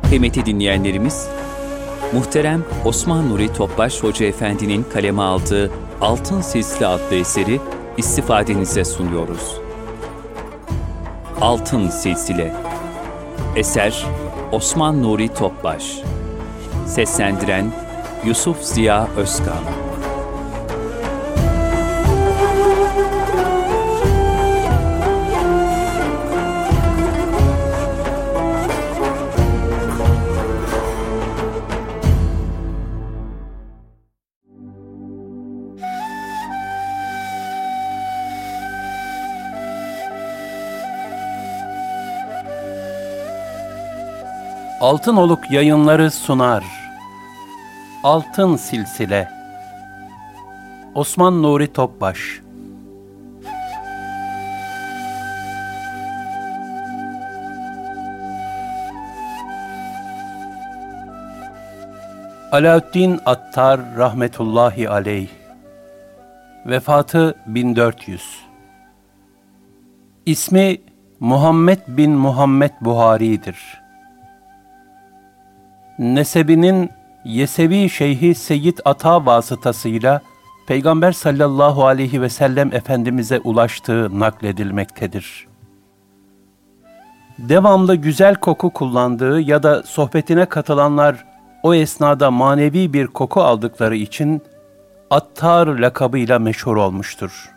Kıymetli dinleyenlerimiz, muhterem Osman Nuri Topbaş Hoca Efendi'nin kaleme aldığı Altın Silsile adlı eseri istifadenize sunuyoruz. Altın Silsile. Eser Osman Nuri Topbaş. Seslendiren Yusuf Ziya Özkan. Altınoluk Yayınları sunar. Altın Silsile. Osman Nuri Topbaş. Alaaddin Attar rahmetullahi aleyh. Vefatı 1400. İsmi Muhammed bin Muhammed Buhari'dir. Nesebinin Yesevi Şeyhi Seyyid Ata vasıtasıyla Peygamber sallallahu aleyhi ve sellem Efendimiz'e ulaştığı nakledilmektedir. Devamlı güzel koku kullandığı ya da sohbetine katılanlar o esnada manevi bir koku aldıkları için Attar lakabıyla meşhur olmuştur.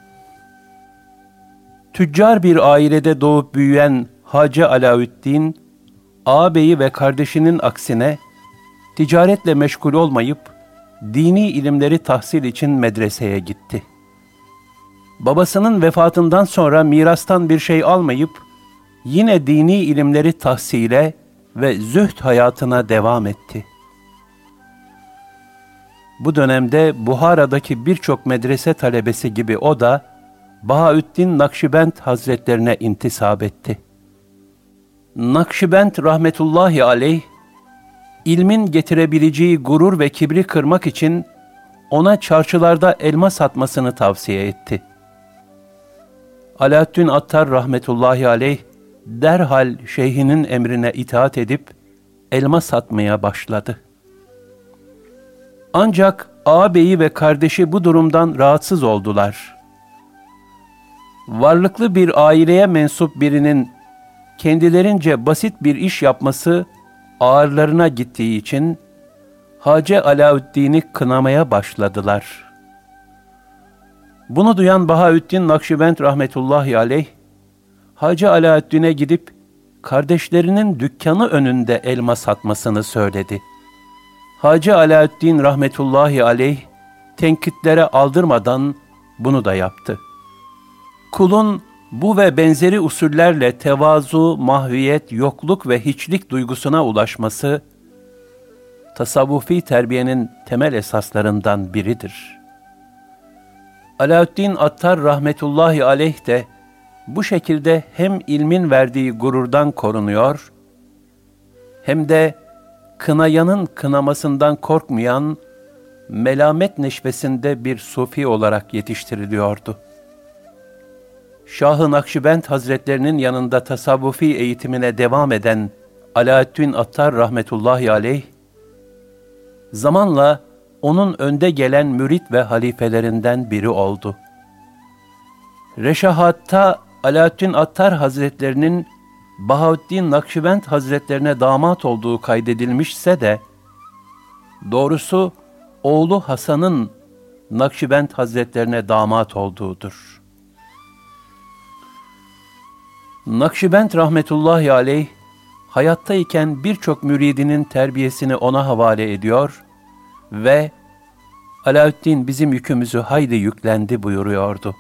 Tüccar bir ailede doğup büyüyen Hacı Alaüddin, ağabeyi ve kardeşinin aksine ticaretle meşgul olmayıp dini ilimleri tahsil için medreseye gitti. Babasının vefatından sonra mirastan bir şey almayıp yine dini ilimleri tahsile ve zühd hayatına devam etti. Bu dönemde Buhara'daki birçok medrese talebesi gibi o da Bahaüddin Nakşibend Hazretlerine intisap etti. Nakşibend rahmetullahi aleyh, ilmin getirebileceği gurur ve kibri kırmak için ona çarşılarda elma satmasını tavsiye etti. Alaaddin Attar rahmetullahi aleyh, derhal şeyhinin emrine itaat edip elma satmaya başladı. Ancak ağabeyi ve kardeşi bu durumdan rahatsız oldular. Varlıklı bir aileye mensup birinin kendilerince basit bir iş yapması ağırlarına gittiği için Hacı Alaüddin'i kınamaya başladılar. Bunu duyan Bahaüddin Nakşibend rahmetullahi aleyh, Hacı Alaüddin'e gidip kardeşlerinin dükkanı önünde elma satmasını söyledi. Hacı Alaüddin rahmetullahi aleyh, tenkitlere aldırmadan bunu da yaptı. Kulun bu ve benzeri usullerle tevazu, mahviyet, yokluk ve hiçlik duygusuna ulaşması, tasavvufi terbiyenin temel esaslarından biridir. Alaaddin Attar rahmetullahi aleyh de bu şekilde hem ilmin verdiği gururdan korunuyor, hem de kınayanın kınamasından korkmayan, melamet neşvesinde bir sufi olarak yetiştiriliyordu. Şah-ı Nakşibend Hazretlerinin yanında tasavvufi eğitimine devam eden Alaaddin Attar rahmetullahi aleyh, zamanla onun önde gelen mürit ve halifelerinden biri oldu. Reşahat'ta Alaaddin Attar Hazretlerinin Bahaüddin Nakşibend Hazretlerine damat olduğu kaydedilmişse de, doğrusu oğlu Hasan'ın Nakşibend Hazretlerine damat olduğudur. Nakşibend rahmetullahi aleyh, hayattayken birçok müridinin terbiyesini ona havale ediyor ve Alaaddin bizim yükümüzü haydi yüklendi buyuruyordu.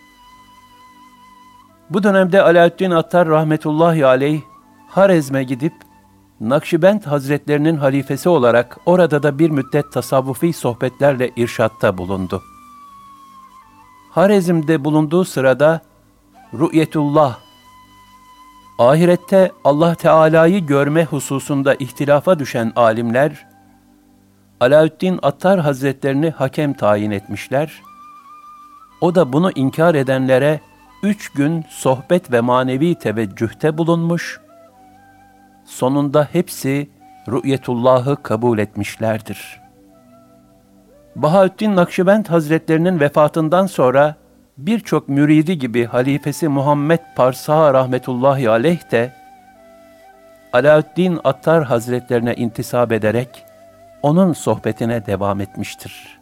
Bu dönemde Alaaddin Attar rahmetullahi aleyh, Harezm'e gidip Nakşibend Hazretlerinin halifesi olarak orada da bir müddet tasavvufi sohbetlerle irşatta bulundu. Harezm'de bulunduğu sırada Ru'yetullah, ahirette Allah Teala'yı görme hususunda ihtilafa düşen alimler, Alaaddin Attar Hazretlerini hakem tayin etmişler. O da bunu inkar edenlere 3 gün sohbet ve manevi teveccühte bulunmuş, sonunda hepsi rü'yetullahı kabul etmişlerdir. Bahaüddin Nakşibend Hazretlerinin vefatından sonra birçok müridi gibi halifesi Muhammed Parsa rahmetullahi aleyh de Alaaddin Attar Hazretlerine intisap ederek onun sohbetine devam etmiştir.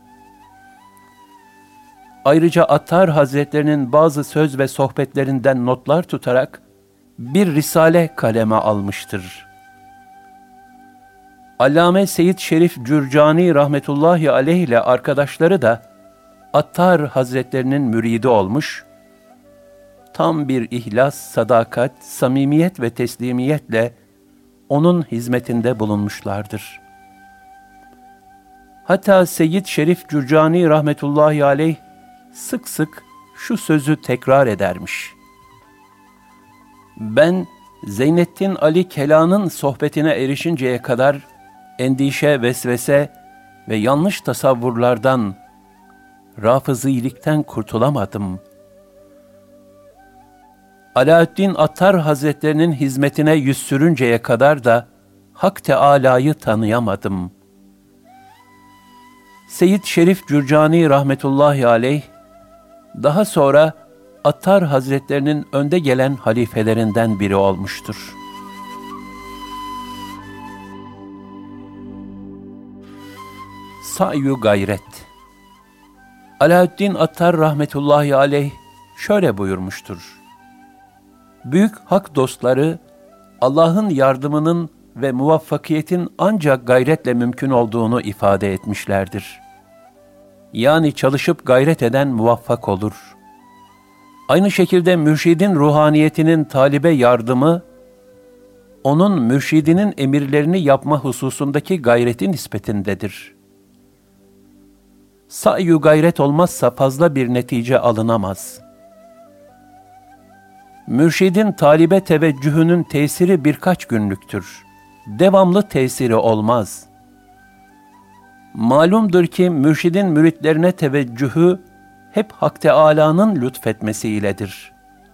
Ayrıca Attar Hazretlerinin bazı söz ve sohbetlerinden notlar tutarak bir risale kaleme almıştır. Allame Seyyid Şerif Cürcani rahmetullahi aleyh ile arkadaşları da Attar Hazretlerinin müridi olmuş, tam bir ihlas, sadakat, samimiyet ve teslimiyetle onun hizmetinde bulunmuşlardır. Hatta Seyyid Şerif Cürcani rahmetullahi aleyh sık sık şu sözü tekrar edermiş: ben Zeynettin Ali Kela'nın sohbetine erişinceye kadar endişe, vesvese ve yanlış tasavvurlardan, rafızilikten kurtulamadım. Alaaddin Attar Hazretlerinin hizmetine yüz sürünceye kadar da Hak Teâlâ'yı tanıyamadım. Seyyid Şerif Cürcani rahmetullahi aleyh, daha sonra Attar Hazretlerinin önde gelen halifelerinden biri olmuştur. Sa'yu gayret. Alaaddin Attar rahmetullahi aleyh şöyle buyurmuştur: büyük hak dostları, Allah'ın yardımının ve muvaffakiyetin ancak gayretle mümkün olduğunu ifade etmişlerdir. Yani çalışıp gayret eden muvaffak olur. Aynı şekilde mürşidin ruhaniyetinin talibe yardımı, onun mürşidinin emirlerini yapma hususundaki gayreti nispetindedir. Sa'yu gayret olmazsa fazla bir netice alınamaz. Mürşidin talibe teveccühünün tesiri birkaç günlüktür. Devamlı tesiri olmaz. Malumdur ki mürşidin müritlerine teveccühü hep Hak Teâlâ'nın lütfetmesiyledir.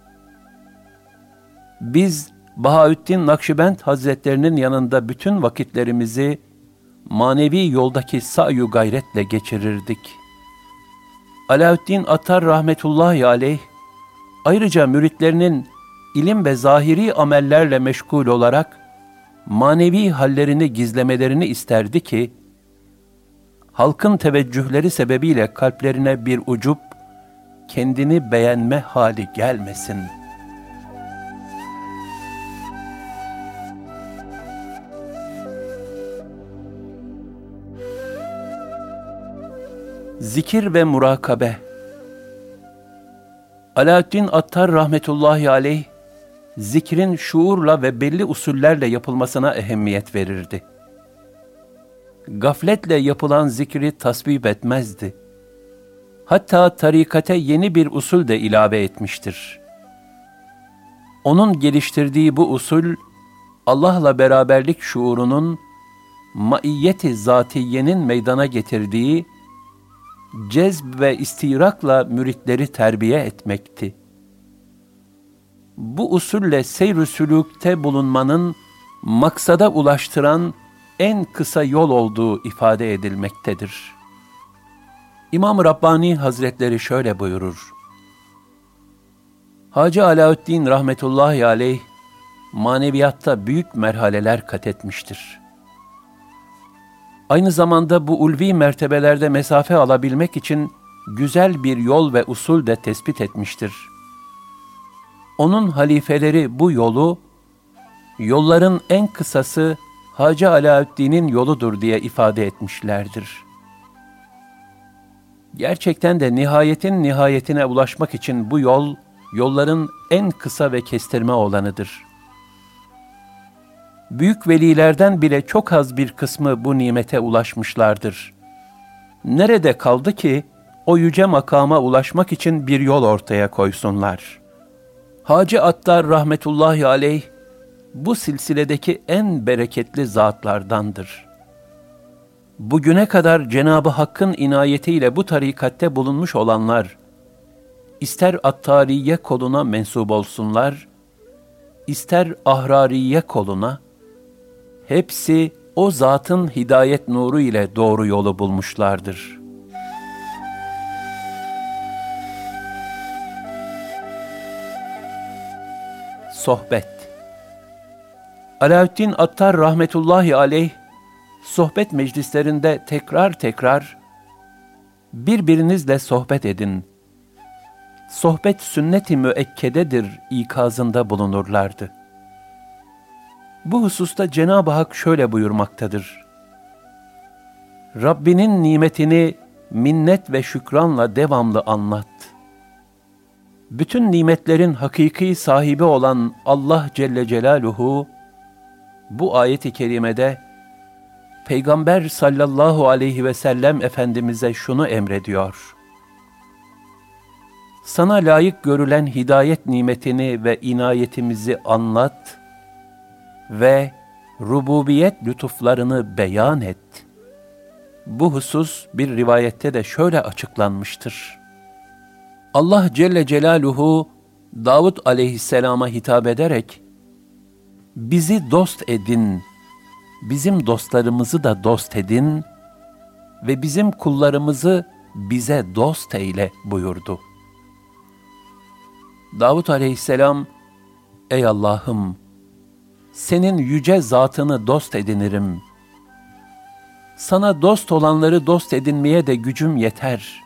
Biz Bahaüddin Nakşibend Hazretlerinin yanında bütün vakitlerimizi manevi yoldaki sa'yu gayretle geçirirdik. Alaaddin Attar rahmetullahi aleyh, ayrıca müritlerinin ilim ve zahiri amellerle meşgul olarak manevi hallerini gizlemelerini isterdi ki, halkın teveccühleri sebebiyle kalplerine bir ucup, kendini beğenme hali gelmesin. Zikir ve murakabe. Alaaddin Attar rahmetullahi aleyh, zikrin şuurla ve belli usullerle yapılmasına ehemmiyet verirdi. Gafletle yapılan zikri tasvip etmezdi. Hatta tarikate yeni bir usul de ilave etmiştir. Onun geliştirdiği bu usul, Allah'la beraberlik şuurunun, maiyeti zatiyenin meydana getirdiği, cezb ve istirakla müritleri terbiye etmekti. Bu usulle seyr-ü sülûkte bulunmanın maksada ulaştıran en kısa yol olduğu ifade edilmektedir. İmam-ı Rabbani Hazretleri şöyle buyurur: Hacı Alaaddin rahmetullahi aleyh, maneviyatta büyük merhaleler kat etmiştir. Aynı zamanda bu ulvi mertebelerde mesafe alabilmek için güzel bir yol ve usul de tespit etmiştir. Onun halifeleri bu yolu, yolların en kısası Hacı Alaaddin'in yoludur diye ifade etmişlerdir. Gerçekten de nihayetin nihayetine ulaşmak için bu yol, yolların en kısa ve kestirme olanıdır. Büyük velilerden bile çok az bir kısmı bu nimete ulaşmışlardır. Nerede kaldı ki o yüce makama ulaşmak için bir yol ortaya koysunlar? Hacı Attar rahmetullahi aleyh, bu silsiledeki en bereketli zatlardandır. Bugüne kadar Cenab-ı Hakk'ın inayetiyle bu tarikatte bulunmuş olanlar, ister Attariye koluna mensup olsunlar, ister Ahrariye koluna, hepsi o zatın hidayet nuru ile doğru yolu bulmuşlardır. Sohbet. Alaaddin Attar rahmetullahi aleyh, sohbet meclislerinde tekrar birbirinizle sohbet edin. Sohbet sünnet-i müekkededir ikazında bulunurlardı. Bu hususta Cenab-ı Hak şöyle buyurmaktadır: Rabbinin nimetini minnet ve şükranla devamlı anlat. Bütün nimetlerin hakiki sahibi olan Allah Celle Celaluhu, bu ayet-i kerimede Peygamber sallallahu aleyhi ve sellem Efendimiz'e şunu emrediyor: Sana layık görülen hidayet nimetini ve inayetimizi anlat ve rububiyet lütuflarını beyan et. Bu husus bir rivayette de şöyle açıklanmıştır: Allah Celle Celaluhu Davud aleyhisselama hitap ederek, bizi dost edin, bizim dostlarımızı da dost edin ve bizim kullarımızı bize dost eyle buyurdu. Davud aleyhisselam, ey Allah'ım, senin yüce zatını dost edinirim. Sana dost olanları dost edinmeye de gücüm yeter.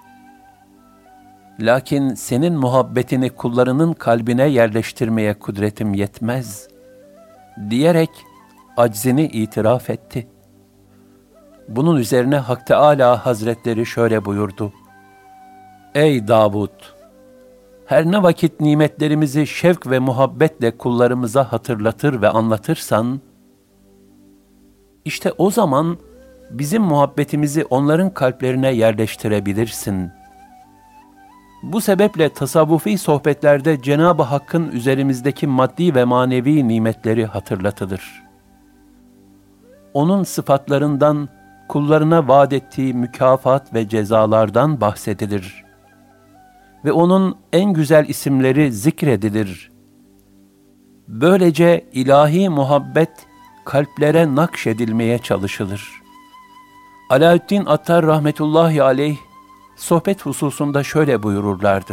Lakin senin muhabbetini kullarının kalbine yerleştirmeye kudretim yetmez, diyerek aczini itiraf etti. Bunun üzerine Hak Teâlâ Hazretleri şöyle buyurdu: Ey Davud! Her ne vakit nimetlerimizi şevk ve muhabbetle kullarımıza hatırlatır ve anlatırsan, işte o zaman bizim muhabbetimizi onların kalplerine yerleştirebilirsin. Bu sebeple tasavvufi sohbetlerde Cenab-ı Hakk'ın üzerimizdeki maddi ve manevi nimetleri hatırlatılır. Onun sıfatlarından, kullarına vaat ettiği mükafat ve cezalardan bahsedilir. Ve onun en güzel isimleri zikredilir. Böylece ilahi muhabbet kalplere nakşedilmeye çalışılır. Alaaddin Attar rahmetullahi aleyh, sohbet hususunda şöyle buyururlardı: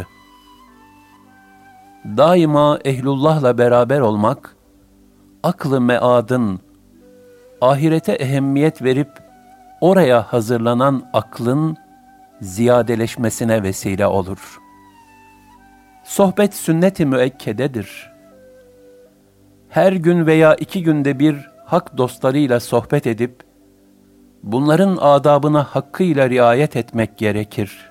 Daima ehlullahla beraber olmak, aklı meadın, ahirete ehemmiyet verip oraya hazırlanan aklın ziyadeleşmesine vesile olur. Sohbet sünnet-i müekkededir. Her gün veya 2 günde bir hak dostlarıyla sohbet edip, bunların adabına hakkıyla riayet etmek gerekir.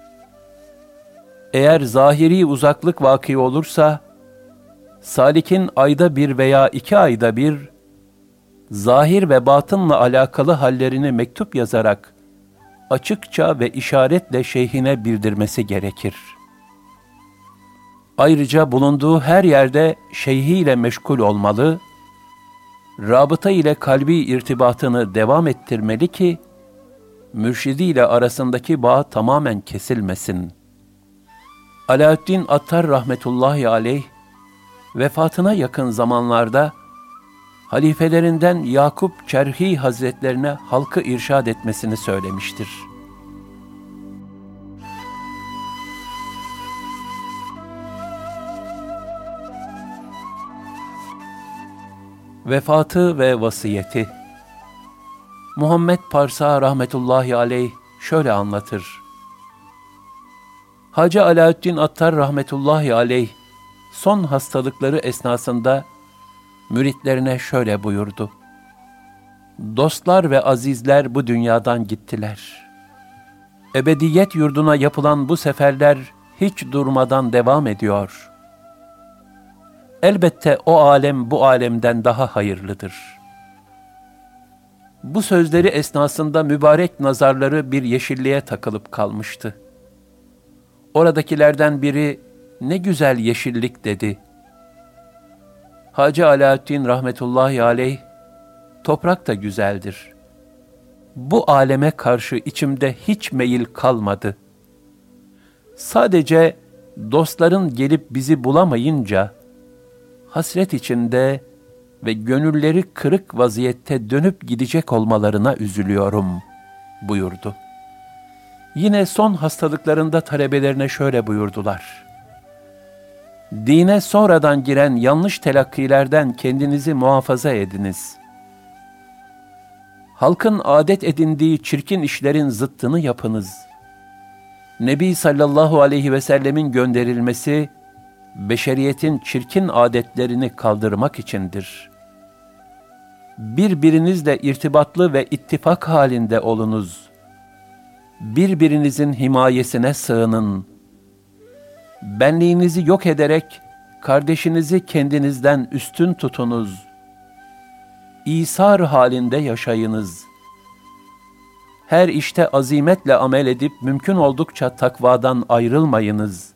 Eğer zahiri uzaklık vaki olursa, salikin ayda 1 veya 2 ayda bir, zahir ve batınla alakalı hallerini mektup yazarak, açıkça ve işaretle şeyhine bildirmesi gerekir. Ayrıca bulunduğu her yerde şeyhiyle meşgul olmalı, rabıta ile kalbi irtibatını devam ettirmeli ki, mürşidiyle arasındaki bağ tamamen kesilmesin. Alaaddin Attar rahmetullahi aleyh, vefatına yakın zamanlarda, halifelerinden Yakup Çerhi Hazretlerine halkı irşad etmesini söylemiştir. Vefatı ve vasiyeti. Muhammed Parsa rahmetullahi aleyh şöyle anlatır: Hacı Alaaddin Attar rahmetullahi aleyh son hastalıkları esnasında müritlerine şöyle buyurdu: Dostlar ve azizler bu dünyadan gittiler. Ebediyet yurduna yapılan bu seferler hiç durmadan devam ediyor. Elbette o alem bu alemden daha hayırlıdır. Bu sözleri esnasında mübarek nazarları bir yeşilliğe takılıp kalmıştı. Oradakilerden biri, ne güzel yeşillik dedi. Hacı Alaaddin rahmetullahi aleyh, toprak da güzeldir. Bu aleme karşı içimde hiç meyil kalmadı. Sadece dostların gelip bizi bulamayınca, hasret içinde ve gönülleri kırık vaziyette dönüp gidecek olmalarına üzülüyorum buyurdu. Yine son hastalıklarında talebelerine şöyle buyurdular: Dine sonradan giren yanlış telakkilerden kendinizi muhafaza ediniz. Halkın adet edindiği çirkin işlerin zıttını yapınız. Nebi sallallahu aleyhi ve sellemin gönderilmesi, beşeriyetin çirkin adetlerini kaldırmak içindir. Birbirinizle irtibatlı ve ittifak halinde olunuz. Birbirinizin himayesine sığının. Benliğinizi yok ederek kardeşinizi kendinizden üstün tutunuz. İsar halinde yaşayınız. Her işte azimetle amel edip mümkün oldukça takvadan ayrılmayınız.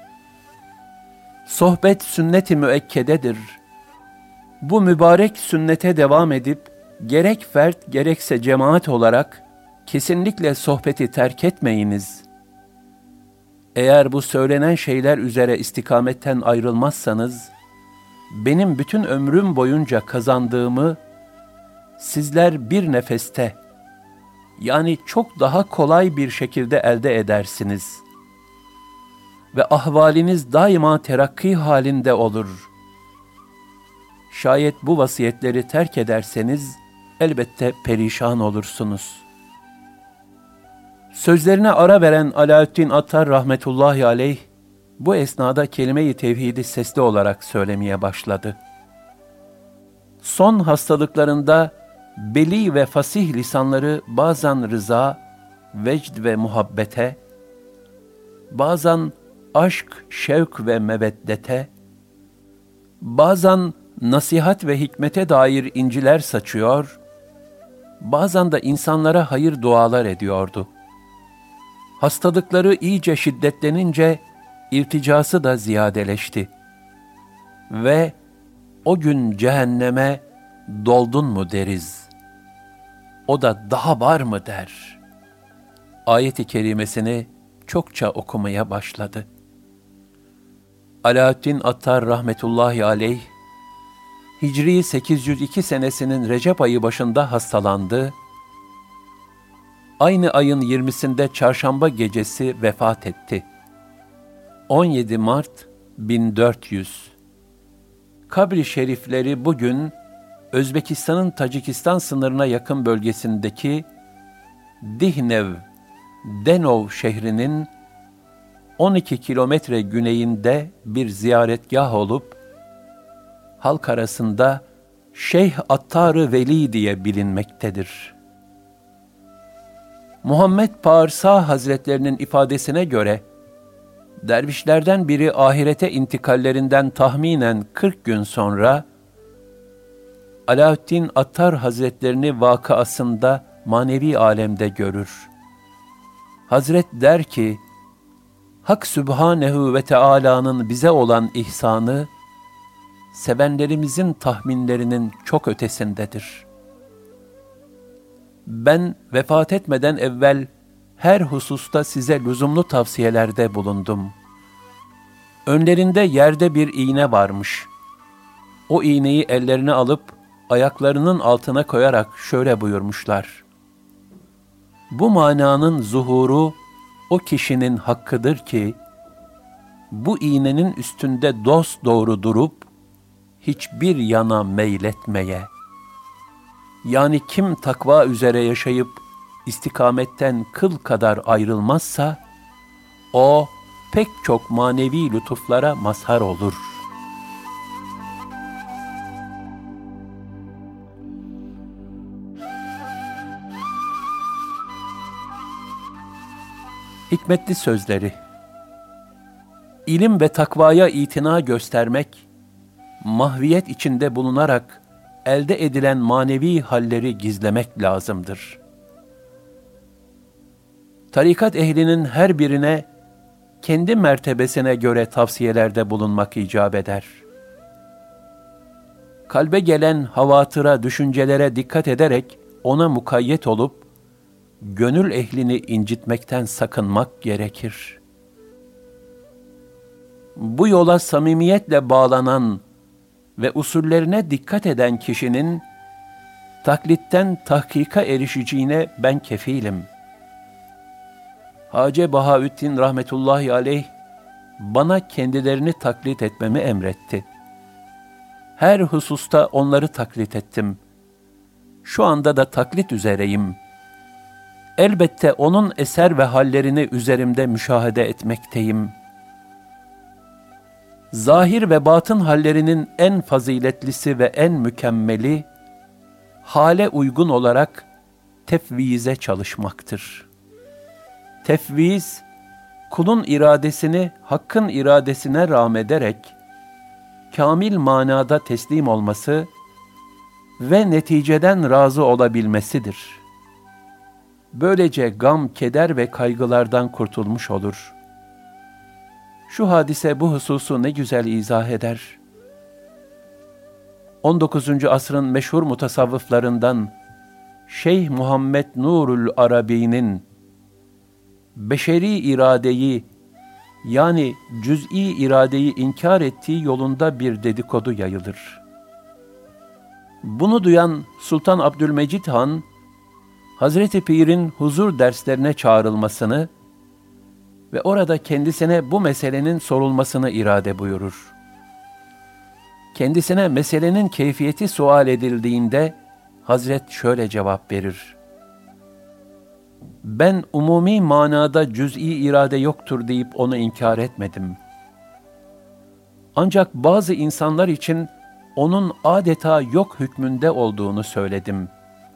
Sohbet sünnet-i müekkededir. Bu mübarek sünnete devam edip gerek fert gerekse cemaat olarak kesinlikle sohbeti terk etmeyiniz. Eğer bu söylenen şeyler üzere istikametten ayrılmazsanız, benim bütün ömrüm boyunca kazandığımı sizler bir nefeste, yani çok daha kolay bir şekilde elde edersiniz. Ve ahvaliniz daima terakki halinde olur. Şayet bu vasiyetleri terk ederseniz, elbette perişan olursunuz. Sözlerine ara veren Alaaddin Attar rahmetullahi aleyh, bu esnada kelime-i tevhidi sesli olarak söylemeye başladı. Son hastalıklarında beli ve fasih lisanları bazen rıza, vecd ve muhabbete, bazen aşk, şevk ve meveddete, bazen nasihat ve hikmete dair inciler saçıyor, bazen de insanlara hayır dualar ediyordu. Hastalıkları iyice şiddetlenince irticası da ziyadeleşti. Ve o gün cehenneme doldun mu deriz. O da daha var mı der. Ayet-i kerimesini çokça okumaya başladı. Alaaddin Attar rahmetullahi aleyh, Hicri 802 senesinin Recep ayı başında hastalandı. Aynı ayın 20'sinde çarşamba gecesi vefat etti. 17 Mart 1400. Kabri şerifleri bugün Özbekistan'ın Tacikistan sınırına yakın bölgesindeki Dihnev, Denov şehrinin 12 kilometre güneyinde bir ziyaretgah olup, halk arasında Şeyh Attar-ı Veli diye bilinmektedir. Muhammed Pârsâ Hazretlerinin ifadesine göre, dervişlerden biri ahirete intikallerinden tahminen 40 gün sonra, Alaaddin Attar Hazretlerini vakıasında manevi alemde görür. Hazret der ki, Hak Sübhanehu ve Teâlâ'nın bize olan ihsanı, sevenlerimizin tahminlerinin çok ötesindedir. Ben vefat etmeden evvel her hususta size lüzumlu tavsiyelerde bulundum. Önlerinde yerde bir iğne varmış. O iğneyi ellerine alıp ayaklarının altına koyarak şöyle buyurmuşlar: Bu mananın zuhuru o kişinin hakkıdır ki, bu iğnenin üstünde dosdoğru durup, hiçbir yana meyletmeye. Yani kim takva üzere yaşayıp, istikametten kıl kadar ayrılmazsa, o pek çok manevi lütuflara mazhar olur. Hikmetli sözleri. İlim ve takvaya itina göstermek, mahviyet içinde bulunarak elde edilen manevi halleri gizlemek lazımdır. Tarikat ehlinin her birine kendi mertebesine göre tavsiyelerde bulunmak icap eder. Kalbe gelen havatıra, düşüncelere dikkat ederek ona mukayyet olup, gönül ehlini incitmekten sakınmak gerekir. Bu yola samimiyetle bağlanan, ve usullerine dikkat eden kişinin taklitten tahkika erişeceğine ben kefilim. Hacı Bahaüddin rahmetullahi aleyh bana kendilerini taklit etmemi emretti. Her hususta onları taklit ettim. Şu anda da taklit üzereyim. Elbette onun eser ve hallerini üzerimde müşahede etmekteyim. Zahir ve batın hallerinin en faziletlisi ve en mükemmeli, hale uygun olarak tefvize çalışmaktır. Tefviz, kulun iradesini Hakk'ın iradesine rağmederek, kamil manada teslim olması ve neticeden razı olabilmesidir. Böylece gam, keder ve kaygılardan kurtulmuş olur. Şu hadise bu hususu ne güzel izah eder. 19. asrın meşhur mutasavvıflarından Şeyh Muhammed Nurul Arabi'nin beşeri iradeyi yani cüz'i iradeyi inkar ettiği yolunda bir dedikodu yayılır. Bunu duyan Sultan Abdülmecid Han, Hazreti Pir'in huzur derslerine çağrılmasını ve orada kendisine bu meselenin sorulmasını irade buyurur. Kendisine meselenin keyfiyeti sual edildiğinde Hazret şöyle cevap verir: Ben umumi manada cüz'i irade yoktur deyip onu inkar etmedim. Ancak bazı insanlar için onun adeta yok hükmünde olduğunu söyledim.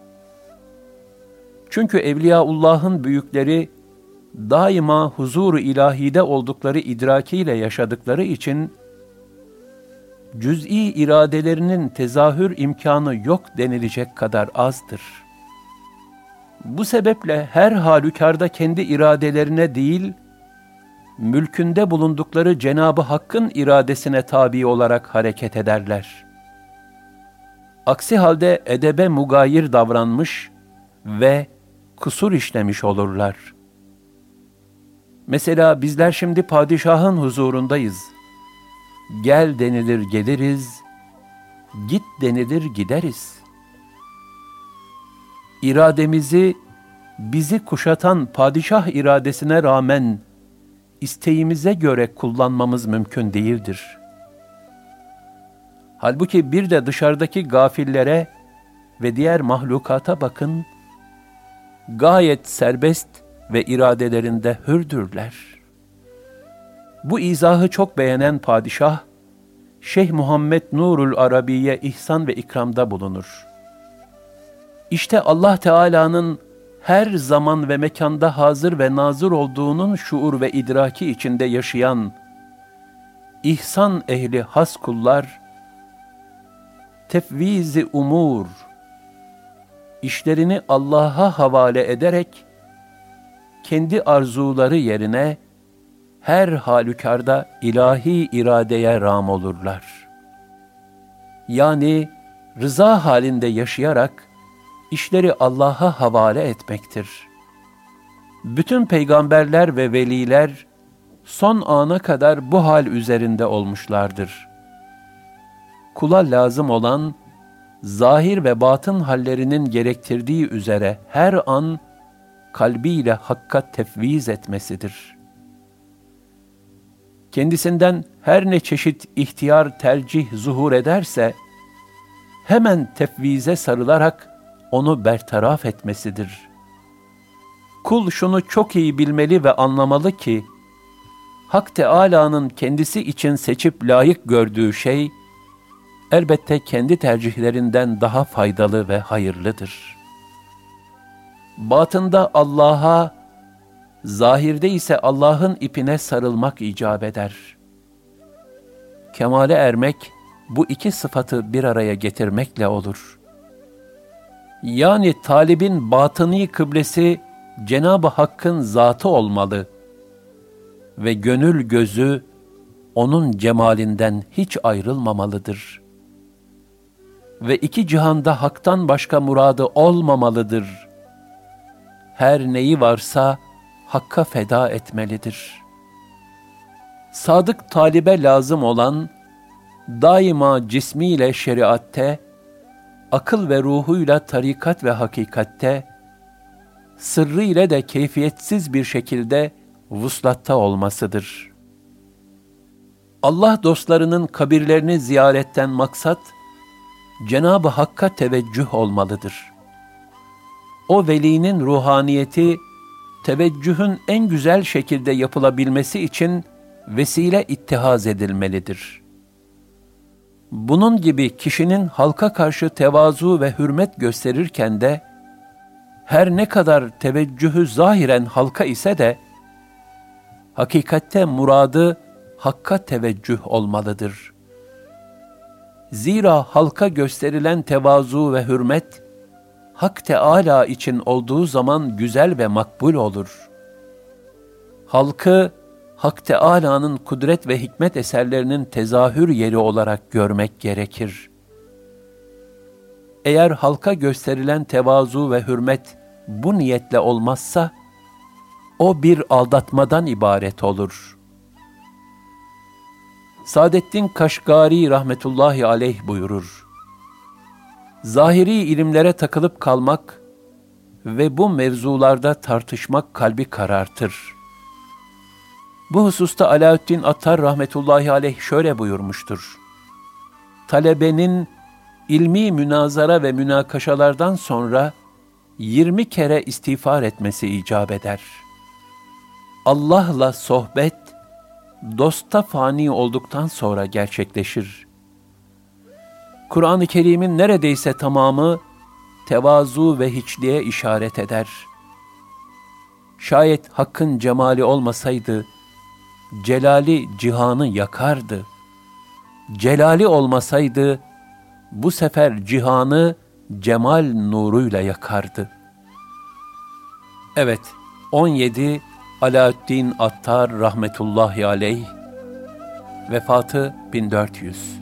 Çünkü Evliyaullah'ın büyükleri daima huzur-u ilahide oldukları idrakiyle yaşadıkları için cüz'i iradelerinin tezahür imkanı yok denilecek kadar azdır. Bu sebeple her halükarda kendi iradelerine değil, mülkünde bulundukları Cenab-ı Hakk'ın iradesine tabi olarak hareket ederler. Aksi halde edebe mugayir davranmış ve kusur işlemiş olurlar. Mesela bizler şimdi padişahın huzurundayız. Gel denilir geliriz, git denilir gideriz. İrademizi bizi kuşatan padişah iradesine rağmen isteğimize göre kullanmamız mümkün değildir. Halbuki bir de dışarıdaki gafillere ve diğer mahlukata bakın, gayet serbest ve iradelerinde hürdürler. Bu izahı çok beğenen padişah, Şeyh Muhammed Nurul Arabi'ye ihsan ve ikramda bulunur. İşte Allah Teala'nın her zaman ve mekanda hazır ve nazır olduğunun şuur ve idraki içinde yaşayan ihsan ehli has kullar, tefviz-i umur, işlerini Allah'a havale ederek, kendi arzuları yerine her halükarda ilahi iradeye rağm olurlar. Yani rıza halinde yaşayarak işleri Allah'a havale etmektir. Bütün peygamberler ve veliler son ana kadar bu hal üzerinde olmuşlardır. Kula lazım olan, zahir ve batın hallerinin gerektirdiği üzere her an kalbiyle Hakk'a tefviz etmesidir. Kendisinden her ne çeşit ihtiyar tercih zuhur ederse, hemen tefvize sarılarak onu bertaraf etmesidir. Kul şunu çok iyi bilmeli ve anlamalı ki, Hak Teâlâ'nın kendisi için seçip layık gördüğü şey, elbette kendi tercihlerinden daha faydalı ve hayırlıdır. Batında Allah'a, zahirde ise Allah'ın ipine sarılmak icap eder. Kemale ermek, bu iki sıfatı bir araya getirmekle olur. Yani talibin batıni kıblesi Cenab-ı Hakk'ın zatı olmalı ve gönül gözü onun cemalinden hiç ayrılmamalıdır. Ve iki cihanda Hak'tan başka muradı olmamalıdır. Her neyi varsa Hakk'a feda etmelidir. Sadık talibe lazım olan, daima cismiyle şeriatte, akıl ve ruhuyla tarikat ve hakikatte, sırrı ile de keyfiyetsiz bir şekilde vuslatta olmasıdır. Allah dostlarının kabirlerini ziyaretten maksat, Cenab-ı Hakk'a teveccüh olmalıdır. O velinin ruhaniyeti, teveccühün en güzel şekilde yapılabilmesi için vesile ittihaz edilmelidir. Bunun gibi kişinin halka karşı tevazu ve hürmet gösterirken de, her ne kadar teveccühü zahiren halka ise de, hakikatte muradı Hakk'a teveccüh olmalıdır. Zira halka gösterilen tevazu ve hürmet, Hak Teâlâ için olduğu zaman güzel ve makbul olur. Halkı, Hak Teâlâ'nın kudret ve hikmet eserlerinin tezahür yeri olarak görmek gerekir. Eğer halka gösterilen tevazu ve hürmet bu niyetle olmazsa, o bir aldatmadan ibaret olur. Saadettin Kaşgari rahmetullahi aleyh buyurur: zahiri ilimlere takılıp kalmak ve bu mevzularda tartışmak kalbi karartır. Bu hususta Alaaddin Attar rahmetullahi aleyh şöyle buyurmuştur: talebenin ilmi münazara ve münakaşalardan sonra 20 kere istiğfar etmesi icap eder. Allah'la sohbet, dosta fani olduktan sonra gerçekleşir. Kur'an-ı Kerim'in neredeyse tamamı tevazu ve hiçliğe işaret eder. Şayet Hakk'ın cemali olmasaydı, celali cihanı yakardı. Celali olmasaydı, bu sefer cihanı cemal nuruyla yakardı. Evet, 17 Alaaddin Attar rahmetullahi aleyh, vefatı 1400.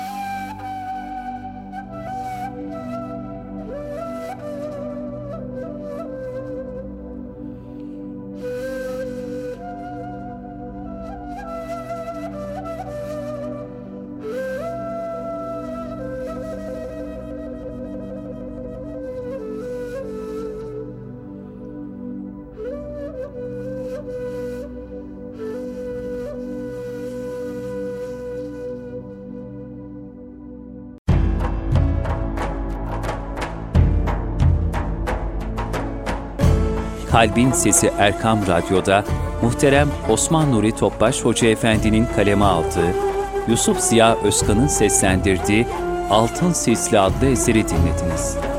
Kalbin Sesi Erkam Radyo'da muhterem Osman Nuri Topbaş Hoca Efendi'nin kaleme aldığı, Yusuf Ziya Özkan'ın seslendirdiği Altın Silsile adlı eseri dinlediniz.